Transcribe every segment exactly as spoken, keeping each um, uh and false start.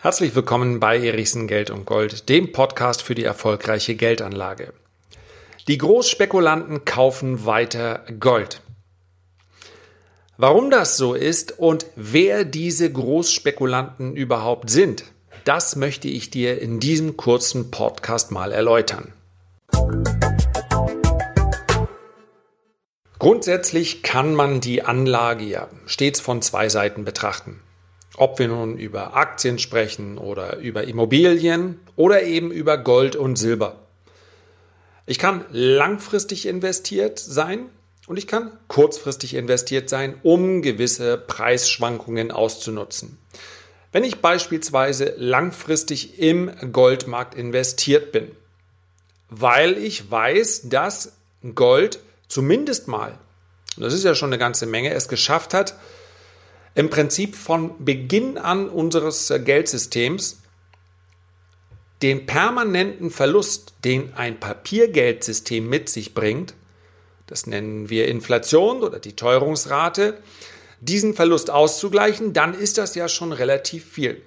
Herzlich willkommen bei Erichsen Geld und Gold, dem Podcast für die erfolgreiche Geldanlage. Die Großspekulanten kaufen weiter Gold. Warum das so ist und wer diese Großspekulanten überhaupt sind, das möchte ich dir in diesem kurzen Podcast mal erläutern. Grundsätzlich kann man die Anlage ja stets von zwei Seiten betrachten. Ob wir nun über Aktien sprechen oder über Immobilien oder eben über Gold und Silber. Ich kann langfristig investiert sein und ich kann kurzfristig investiert sein, um gewisse Preisschwankungen auszunutzen. Wenn ich beispielsweise langfristig im Goldmarkt investiert bin, weil ich weiß, dass Gold zumindest mal, das ist ja schon eine ganze Menge, es geschafft hat, im Prinzip von Beginn an unseres Geldsystems den permanenten Verlust, den ein Papiergeldsystem mit sich bringt, das nennen wir Inflation oder die Teuerungsrate, diesen Verlust auszugleichen, dann ist das ja schon relativ viel.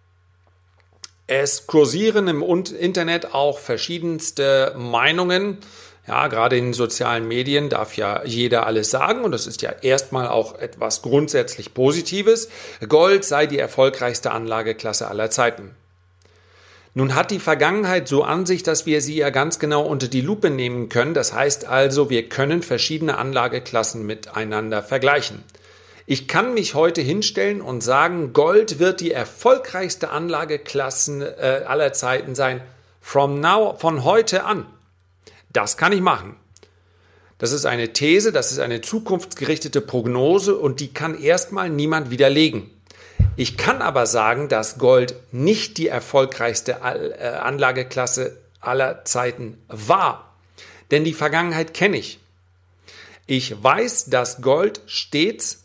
Es kursieren im Internet auch verschiedenste Meinungen. Ja, gerade in den sozialen Medien darf ja jeder alles sagen und das ist ja erstmal auch etwas grundsätzlich Positives. Gold sei die erfolgreichste Anlageklasse aller Zeiten. Nun hat die Vergangenheit so an sich, dass wir sie ja ganz genau unter die Lupe nehmen können. Das heißt also, wir können verschiedene Anlageklassen miteinander vergleichen. Ich kann mich heute hinstellen und sagen, Gold wird die erfolgreichste Anlageklasse äh, aller Zeiten sein, from now, von heute an. Das kann ich machen. Das ist eine These, das ist eine zukunftsgerichtete Prognose und die kann erstmal niemand widerlegen. Ich kann aber sagen, dass Gold nicht die erfolgreichste Anlageklasse aller Zeiten war. Denn die Vergangenheit kenne ich. Ich weiß, dass Gold stets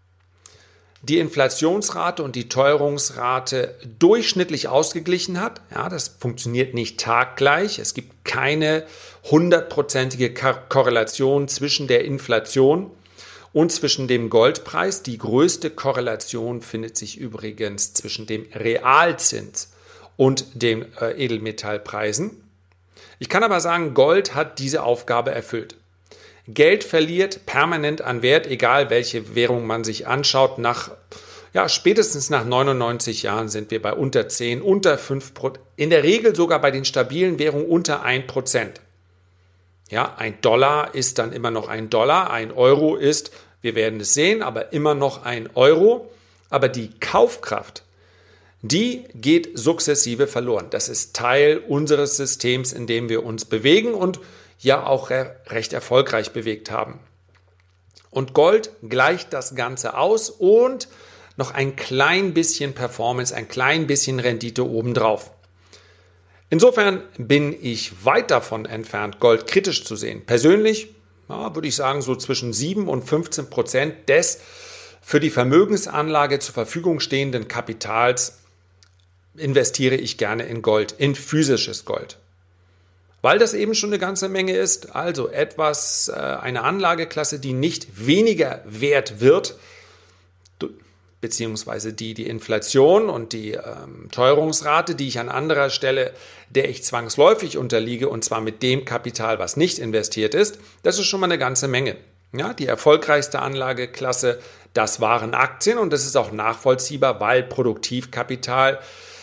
die Inflationsrate und die Teuerungsrate durchschnittlich ausgeglichen hat. Ja, das funktioniert nicht taggleich. Es gibt keine hundertprozentige Korrelation zwischen der Inflation und zwischen dem Goldpreis. Die größte Korrelation findet sich übrigens zwischen dem Realzins und den äh, Edelmetallpreisen. Ich kann aber sagen, Gold hat diese Aufgabe erfüllt. Geld verliert permanent an Wert, egal welche Währung man sich anschaut. Nach, ja, spätestens nach neunundneunzig Jahren sind wir bei unter zehn, unter fünf Prozent, in der Regel sogar bei den stabilen Währungen unter ein Prozent. Ja, ein Dollar ist dann immer noch ein Dollar, ein Euro ist, wir werden es sehen, aber immer noch ein Euro. Aber die Kaufkraft, die geht sukzessive verloren. Das ist Teil unseres Systems, in dem wir uns bewegen und ja auch recht erfolgreich bewegt haben. Und Gold gleicht das Ganze aus und noch ein klein bisschen Performance, ein klein bisschen Rendite obendrauf. Insofern bin ich weit davon entfernt, Gold kritisch zu sehen. Persönlich ja, würde ich sagen, so zwischen sieben und fünfzehn Prozent des für die Vermögensanlage zur Verfügung stehenden Kapitals investiere ich gerne in Gold, in physisches Gold. Weil das eben schon eine ganze Menge ist, also etwas, eine Anlageklasse, die nicht weniger wert wird, beziehungsweise die die Inflation und die ähm, Teuerungsrate, die ich an anderer Stelle, der ich zwangsläufig unterliege, und zwar mit dem Kapital, was nicht investiert ist, das ist schon mal eine ganze Menge. Ja, die erfolgreichste Anlageklasse, das waren Aktien und das ist auch nachvollziehbar, weil Produktivkapital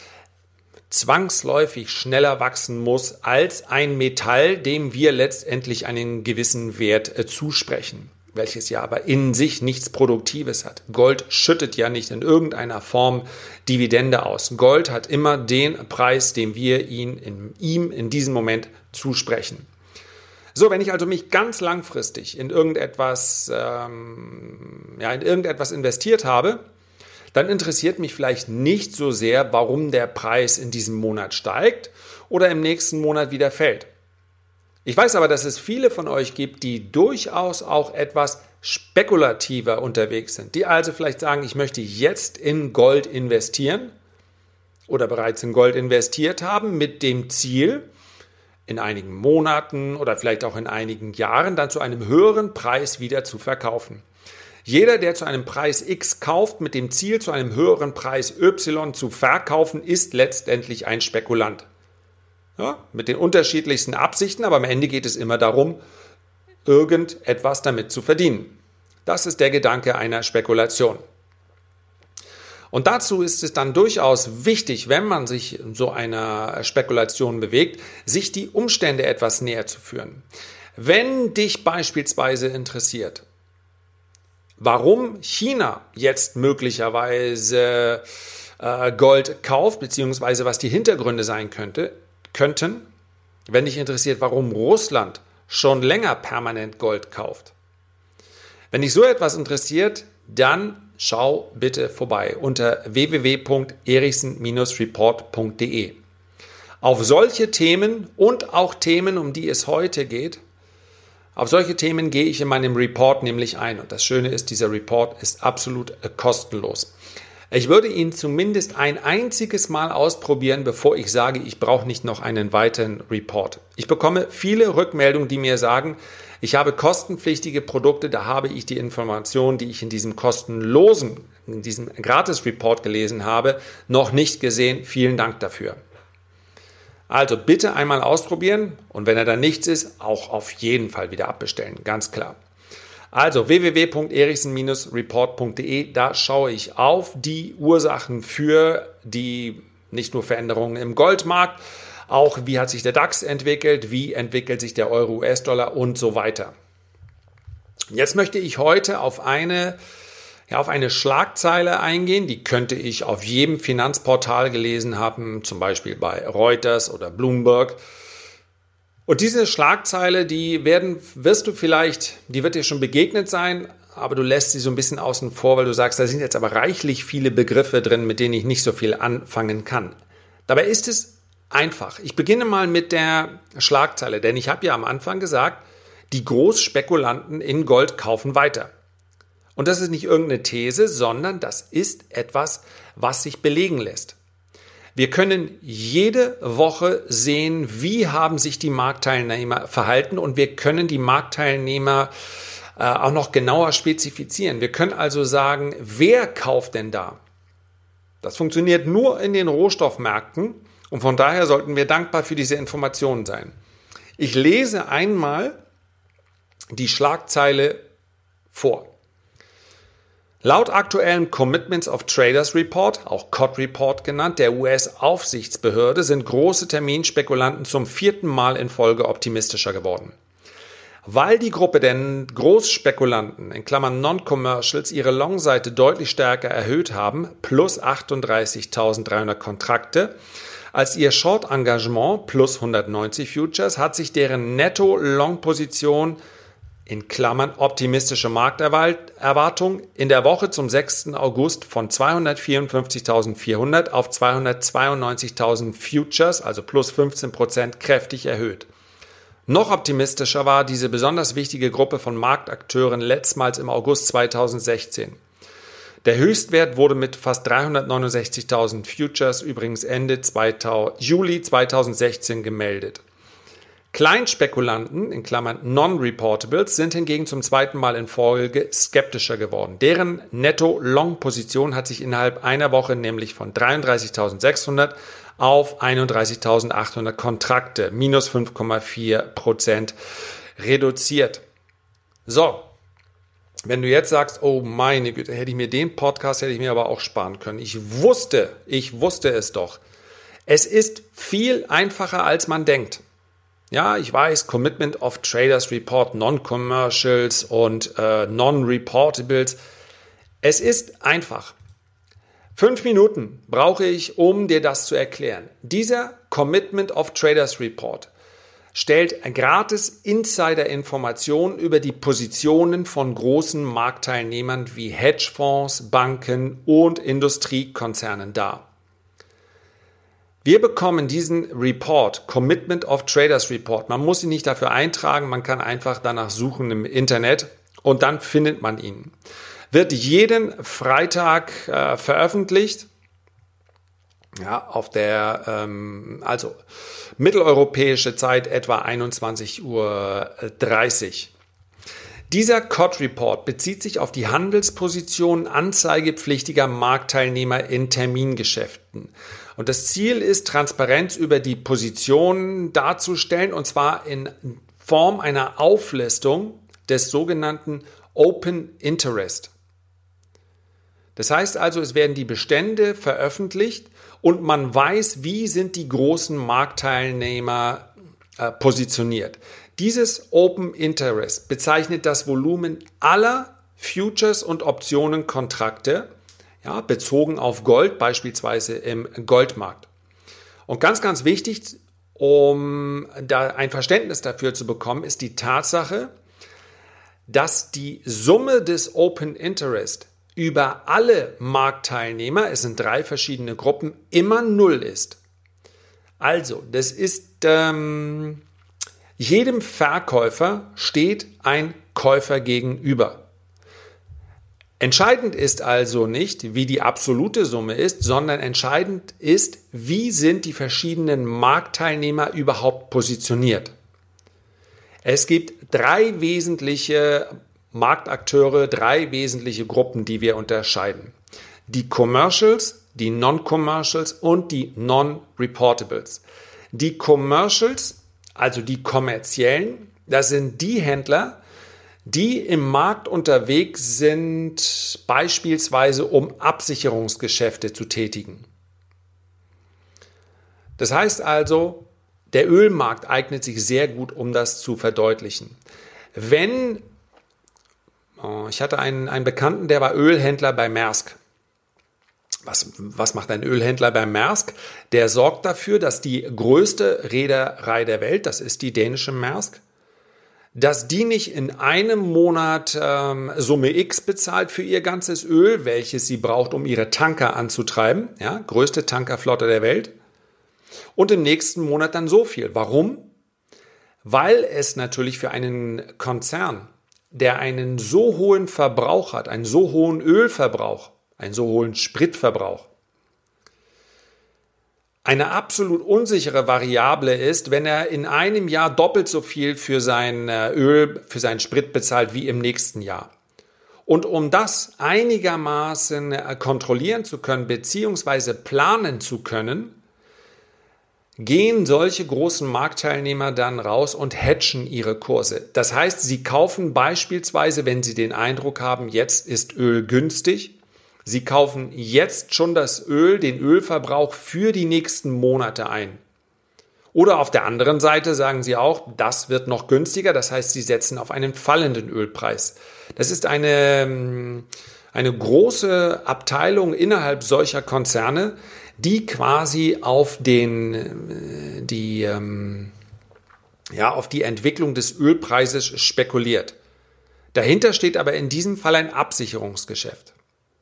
zwangsläufig schneller wachsen muss als ein Metall, dem wir letztendlich einen gewissen Wert äh, zusprechen, welches ja aber in sich nichts Produktives hat. Gold schüttet ja nicht in irgendeiner Form Dividende aus. Gold hat immer den Preis, den wir ihn in, ihm in diesem Moment zusprechen. So, wenn ich also mich ganz langfristig in irgendetwas, ähm, ja, in irgendetwas investiert habe, dann interessiert mich vielleicht nicht so sehr, warum der Preis in diesem Monat steigt oder im nächsten Monat wieder fällt. Ich weiß aber, dass es viele von euch gibt, die durchaus auch etwas spekulativer unterwegs sind, die also vielleicht sagen, ich möchte jetzt in Gold investieren oder bereits in Gold investiert haben mit dem Ziel, in einigen Monaten oder vielleicht auch in einigen Jahren dann zu einem höheren Preis wieder zu verkaufen. Jeder, der zu einem Preis X kauft, mit dem Ziel, zu einem höheren Preis Y zu verkaufen, ist letztendlich ein Spekulant. Ja, mit den unterschiedlichsten Absichten, aber am Ende geht es immer darum, irgendetwas damit zu verdienen. Das ist der Gedanke einer Spekulation. Und dazu ist es dann durchaus wichtig, wenn man sich in so einer Spekulation bewegt, sich die Umstände etwas näher zu führen. Wenn dich beispielsweise interessiert, warum China jetzt möglicherweise äh, Gold kauft, beziehungsweise was die Hintergründe sein könnte, könnten, wenn dich interessiert, warum Russland schon länger permanent Gold kauft. Wenn dich so etwas interessiert, dann schau bitte vorbei unter w w w punkt erichsen Report punkt d e. Auf solche Themen und auch Themen, um die es heute geht, auf solche Themen gehe ich in meinem Report nämlich ein. Und das Schöne ist, dieser Report ist absolut kostenlos. Ich würde ihn zumindest ein einziges Mal ausprobieren, bevor ich sage, ich brauche nicht noch einen weiteren Report. Ich bekomme viele Rückmeldungen, die mir sagen, ich habe kostenpflichtige Produkte, da habe ich die Informationen, die ich in diesem kostenlosen, in diesem Gratis-Report gelesen habe, noch nicht gesehen. Vielen Dank dafür. Also bitte einmal ausprobieren und wenn er dann nichts ist, auch auf jeden Fall wieder abbestellen, ganz klar. Also w w w punkt erichsen Report punkt d e, da schaue ich auf die Ursachen für die nicht nur Veränderungen im Goldmarkt, auch wie hat sich der DAX entwickelt, wie entwickelt sich der Euro-U S-Dollar und so weiter. Jetzt möchte ich heute auf eine, ja, auf eine Schlagzeile eingehen, die könnte ich auf jedem Finanzportal gelesen haben, zum Beispiel bei Reuters oder Bloomberg. Und diese Schlagzeile, die werden, wirst du vielleicht, die wird dir schon begegnet sein, aber du lässt sie so ein bisschen außen vor, weil du sagst, da sind jetzt aber reichlich viele Begriffe drin, mit denen ich nicht so viel anfangen kann. Dabei ist es einfach. Ich beginne mal mit der Schlagzeile, denn ich habe ja am Anfang gesagt, die Großspekulanten in Gold kaufen weiter. Und das ist nicht irgendeine These, sondern das ist etwas, was sich belegen lässt. Wir können jede Woche sehen, wie haben sich die Marktteilnehmer verhalten und wir können die Marktteilnehmer äh, auch noch genauer spezifizieren. Wir können also sagen, wer kauft denn da? Das funktioniert nur in den Rohstoffmärkten und von daher sollten wir dankbar für diese Informationen sein. Ich lese einmal die Schlagzeile vor. Laut aktuellem Commitments of Traders Report, auch C O T Report genannt, der U S-Aufsichtsbehörde, sind große Terminspekulanten zum vierten Mal in Folge optimistischer geworden. Weil die Gruppe der Großspekulanten, in Klammern Non-Commercials, ihre Long-Seite deutlich stärker erhöht haben, plus achtunddreißigtausenddreihundert Kontrakte, als ihr Short-Engagement, plus hundertneunzig Futures, hat sich deren Netto-Long-Position in Klammern optimistische Markterwartung in der Woche zum sechsten August von zweihundertvierundfünfzigtausendvierhundert auf zweihundertzweiundneunzigtausend Futures, also plus fünfzehn Prozent, kräftig erhöht. Noch optimistischer war diese besonders wichtige Gruppe von Marktakteuren letztmals im August zweitausendsechzehn. Der Höchstwert wurde mit fast dreihundertneunundsechzigtausend Futures übrigens Ende Juli zweitausendsechzehn gemeldet. Kleinspekulanten, in Klammern Non-Reportables, sind hingegen zum zweiten Mal in Folge skeptischer geworden. Deren Netto-Long-Position hat sich innerhalb einer Woche nämlich von dreiunddreißigtausendsechshundert auf einunddreißigtausendachthundert Kontrakte, minus fünf Komma vier Prozent reduziert. So, wenn du jetzt sagst, oh meine Güte, hätte ich mir den Podcast, hätte ich mir aber auch sparen können. Ich wusste, ich wusste es doch. Es ist viel einfacher, als man denkt. Ja, ich weiß, Commitment of Traders Report, Non-Commercials und äh, Non-Reportables. Es ist einfach. Fünf Minuten brauche ich, um dir das zu erklären. Dieser Commitment of Traders Report stellt gratis Insider-Informationen über die Positionen von großen Marktteilnehmern wie Hedgefonds, Banken und Industriekonzernen dar. Wir bekommen diesen Report, Commitment of Traders Report. Man muss ihn nicht dafür eintragen, man kann einfach danach suchen im Internet und dann findet man ihn. Wird jeden Freitag äh, veröffentlicht, ja, auf der, ähm, also mitteleuropäische Zeit etwa einundzwanzig Uhr dreißig. Dieser C O D-Report bezieht sich auf die Handelspositionen anzeigepflichtiger Marktteilnehmer in Termingeschäften. Und das Ziel ist, Transparenz über die Positionen darzustellen, und zwar in Form einer Auflistung des sogenannten Open Interest. Das heißt also, es werden die Bestände veröffentlicht und man weiß, wie sind die großen Marktteilnehmer äh, positioniert. Dieses Open Interest bezeichnet das Volumen aller Futures- und Optionenkontrakte, ja, bezogen auf Gold, beispielsweise im Goldmarkt. Und ganz, ganz wichtig, um da ein Verständnis dafür zu bekommen, ist die Tatsache, dass die Summe des Open Interest über alle Marktteilnehmer, es sind drei verschiedene Gruppen, immer null ist. Also, das ist ähm, jedem Verkäufer steht ein Käufer gegenüber. Entscheidend ist also nicht, wie die absolute Summe ist, sondern entscheidend ist, wie sind die verschiedenen Marktteilnehmer überhaupt positioniert. Es gibt drei wesentliche Marktakteure, drei wesentliche Gruppen, die wir unterscheiden. Die Commercials, die Non-Commercials und die Non-Reportables. Die Commercials, also die kommerziellen, das sind die Händler, die im Markt unterwegs sind, beispielsweise um Absicherungsgeschäfte zu tätigen. Das heißt also, der Ölmarkt eignet sich sehr gut, um das zu verdeutlichen. Wenn, oh, ich hatte einen, einen Bekannten, der war Ölhändler bei Maersk. Was, was macht ein Ölhändler bei Maersk? Der sorgt dafür, dass die größte Reederei der Welt, das ist die dänische Maersk, dass die nicht in einem Monat ähm, Summe X bezahlt für ihr ganzes Öl, welches sie braucht, um ihre Tanker anzutreiben, ja, größte Tankerflotte der Welt, und im nächsten Monat dann so viel. Warum? Weil es natürlich für einen Konzern, der einen so hohen Verbrauch hat, einen so hohen Ölverbrauch, einen so hohen Spritverbrauch, eine absolut unsichere Variable ist, wenn er in einem Jahr doppelt so viel für sein Öl, für seinen Sprit bezahlt wie im nächsten Jahr. Und um das einigermaßen kontrollieren zu können, beziehungsweise planen zu können, gehen solche großen Marktteilnehmer dann raus und hedgen ihre Kurse. Das heißt, sie kaufen beispielsweise, wenn sie den Eindruck haben, jetzt ist Öl günstig, sie kaufen jetzt schon das Öl, den Ölverbrauch für die nächsten Monate ein. Oder auf der anderen Seite sagen sie auch, das wird noch günstiger, das heißt, sie setzen auf einen fallenden Ölpreis. Das ist eine, eine große Abteilung innerhalb solcher Konzerne, die quasi auf den, die, ja, auf die Entwicklung des Ölpreises spekuliert. Dahinter steht aber in diesem Fall ein Absicherungsgeschäft.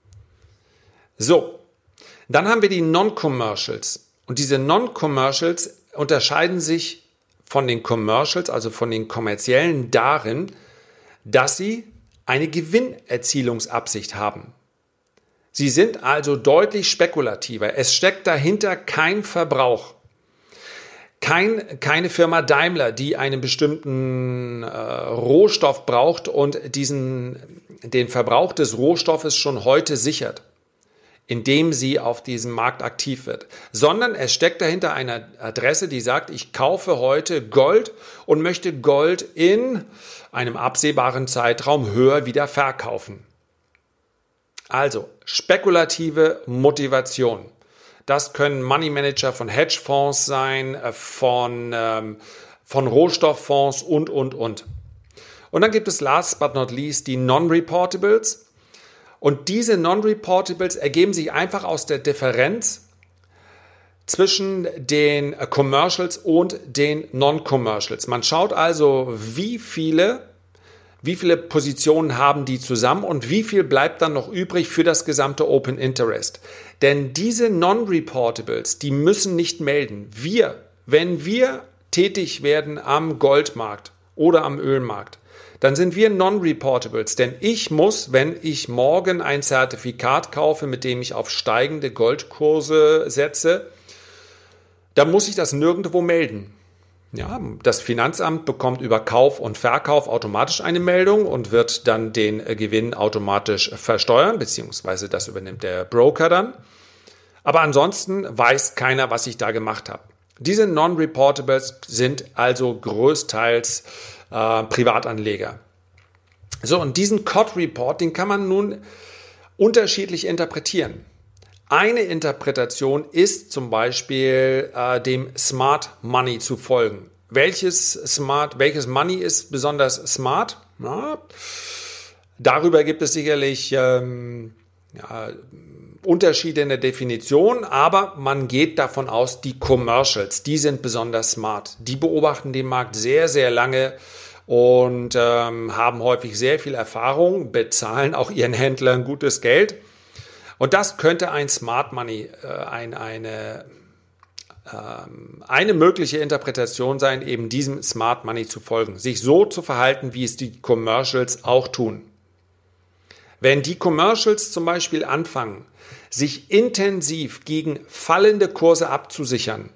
So, dann haben wir die Non-Commercials. Und diese Non-Commercials unterscheiden sich von den Commercials, also von den kommerziellen, darin, dass sie eine Gewinnerzielungsabsicht haben. Sie sind also deutlich spekulativer. Es steckt dahinter kein Verbrauch. Kein, keine Firma Daimler, die einen bestimmten äh, Rohstoff braucht und diesen, den Verbrauch des Rohstoffes schon heute sichert, indem sie auf diesem Markt aktiv wird, sondern es steckt dahinter eine Adresse, die sagt, ich kaufe heute Gold und möchte Gold in einem absehbaren Zeitraum höher wieder verkaufen. Also spekulative Motivation. Das können Money Manager von Hedgefonds sein, von, ähm, von Rohstofffonds und, und, und. Und dann gibt es last but not least die Non-Reportables. Und diese Non-Reportables ergeben sich einfach aus der Differenz zwischen den Commercials und den Non-Commercials. Man schaut also, wie viele, wie viele Positionen haben die zusammen und wie viel bleibt dann noch übrig für das gesamte Open Interest. Denn diese Non-Reportables, die müssen nicht melden. Wir, wenn wir tätig werden am Goldmarkt oder am Ölmarkt, dann sind wir Non-Reportables, denn ich muss, wenn ich morgen ein Zertifikat kaufe, mit dem ich auf steigende Goldkurse setze, dann muss ich das nirgendwo melden. Ja, das Finanzamt bekommt über Kauf und Verkauf automatisch eine Meldung und wird dann den Gewinn automatisch versteuern, beziehungsweise das übernimmt der Broker dann. Aber ansonsten weiß keiner, was ich da gemacht habe. Diese Non-Reportables sind also größtenteils äh, Privatanleger. So, und diesen C O D-Report, den kann man nun unterschiedlich interpretieren. Eine Interpretation ist zum Beispiel äh, dem Smart Money zu folgen. Welches Smart, welches Money ist besonders smart? Na, darüber gibt es sicherlich ähm, ja, Unterschiede in der Definition, aber man geht davon aus, die Commercials, die sind besonders smart. Die beobachten den Markt sehr, sehr lange und ähm, haben häufig sehr viel Erfahrung, bezahlen auch ihren Händlern gutes Geld. Und das könnte ein Smart Money, äh, ein, eine, ähm, eine mögliche Interpretation sein, eben diesem Smart Money zu folgen, sich so zu verhalten, wie es die Commercials auch tun. Wenn die Commercials zum Beispiel anfangen, sich intensiv gegen fallende Kurse abzusichern,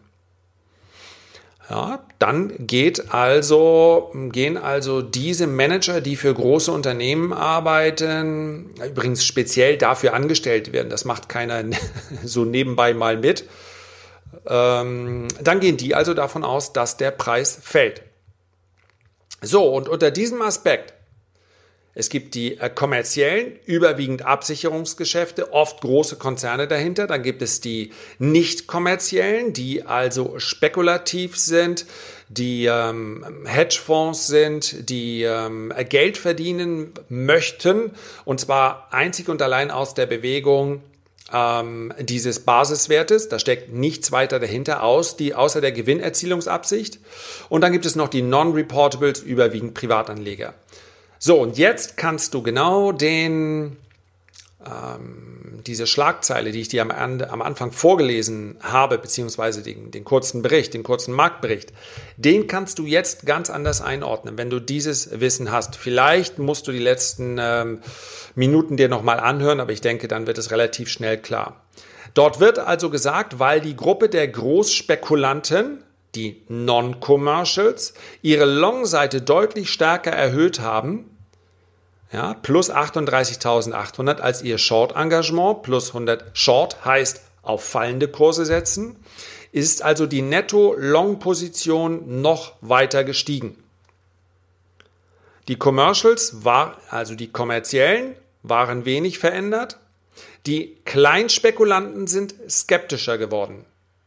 ja, dann geht also, gehen also diese Manager, die für große Unternehmen arbeiten, übrigens speziell dafür angestellt werden, das macht keiner so nebenbei mal mit, ähm, dann gehen die also davon aus, dass der Preis fällt. So, und unter diesem Aspekt, es gibt die äh, kommerziellen, überwiegend Absicherungsgeschäfte, oft große Konzerne dahinter. Dann gibt es die nicht kommerziellen, die also spekulativ sind, die ähm, Hedgefonds sind, die ähm, Geld verdienen möchten, und zwar einzig und allein aus der Bewegung ähm, dieses Basiswertes. Da steckt nichts weiter dahinter aus, die, außer der Gewinnerzielungsabsicht. Und dann gibt es noch die Non-Reportables, überwiegend Privatanleger. So, und jetzt kannst du genau den, ähm, diese Schlagzeile, die ich dir am, am Anfang vorgelesen habe, beziehungsweise den, den kurzen Bericht, den kurzen Marktbericht, den kannst du jetzt ganz anders einordnen, wenn du dieses Wissen hast. Vielleicht musst du die letzten ähm, Minuten dir nochmal anhören, aber ich denke, dann wird es relativ schnell klar. Dort wird also gesagt, weil die Gruppe der Großspekulanten, die Non-Commercials, ihre Long-Seite deutlich stärker erhöht haben, ja, plus achtunddreißigtausendachthundert als ihr Short-Engagement, plus hundert Short heißt auf fallende Kurse setzen, ist also die Netto-Long-Position noch weiter gestiegen. Die Commercials, war, also die kommerziellen, waren wenig verändert. Die Kleinspekulanten sind skeptischer geworden.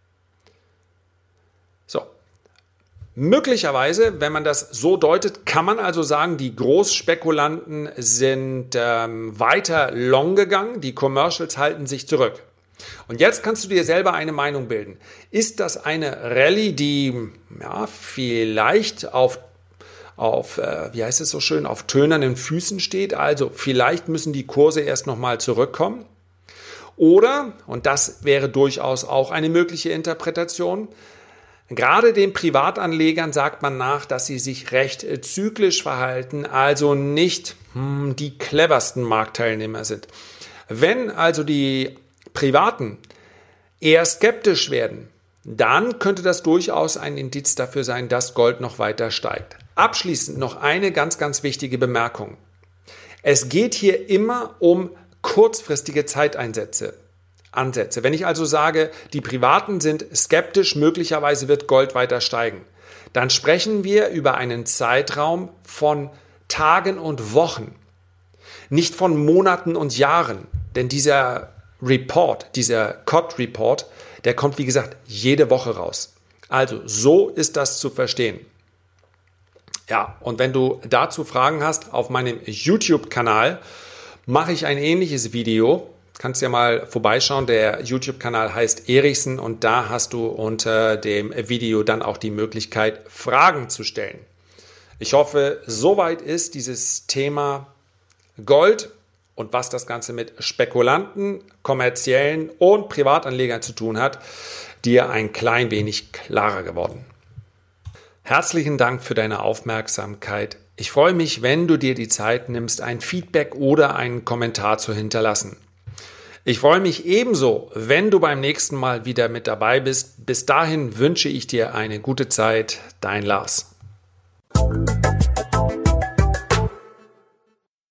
So. Möglicherweise, wenn man das so deutet, kann man also sagen, die Großspekulanten sind ähm, weiter long gegangen, die Commercials halten sich zurück. Und jetzt kannst du dir selber eine Meinung bilden. Ist das eine Rallye, die ja, vielleicht auf, auf äh, wie heißt es so schön, auf tönernen Füßen steht? Also vielleicht müssen die Kurse erst nochmal zurückkommen. Oder, und das wäre durchaus auch eine mögliche Interpretation, gerade den Privatanlegern sagt man nach, dass sie sich recht zyklisch verhalten, also nicht hm, die cleversten Marktteilnehmer sind. Wenn also die Privaten eher skeptisch werden, dann könnte das durchaus ein Indiz dafür sein, dass Gold noch weiter steigt. Abschließend noch eine ganz, ganz wichtige Bemerkung. Es geht hier immer um kurzfristige Zeiteinsätze. Ansätze. Wenn ich also sage, die Privaten sind skeptisch, möglicherweise wird Gold weiter steigen, dann sprechen wir über einen Zeitraum von Tagen und Wochen, nicht von Monaten und Jahren. Denn dieser Report, dieser C O D-Report, der kommt, wie gesagt, jede Woche raus. Also so ist das zu verstehen. Ja, und wenn du dazu Fragen hast, auf meinem YouTube-Kanal mache ich ein ähnliches Video. Kannst ja mal vorbeischauen, der YouTube-Kanal heißt Erichsen und da hast du unter dem Video dann auch die Möglichkeit, Fragen zu stellen. Ich hoffe, soweit ist dieses Thema Gold und was das Ganze mit Spekulanten, kommerziellen und Privatanlegern zu tun hat, dir ein klein wenig klarer geworden. Herzlichen Dank für deine Aufmerksamkeit. Ich freue mich, wenn du dir die Zeit nimmst, ein Feedback oder einen Kommentar zu hinterlassen. Ich freue mich ebenso, wenn du beim nächsten Mal wieder mit dabei bist. Bis dahin wünsche ich dir eine gute Zeit. Dein Lars.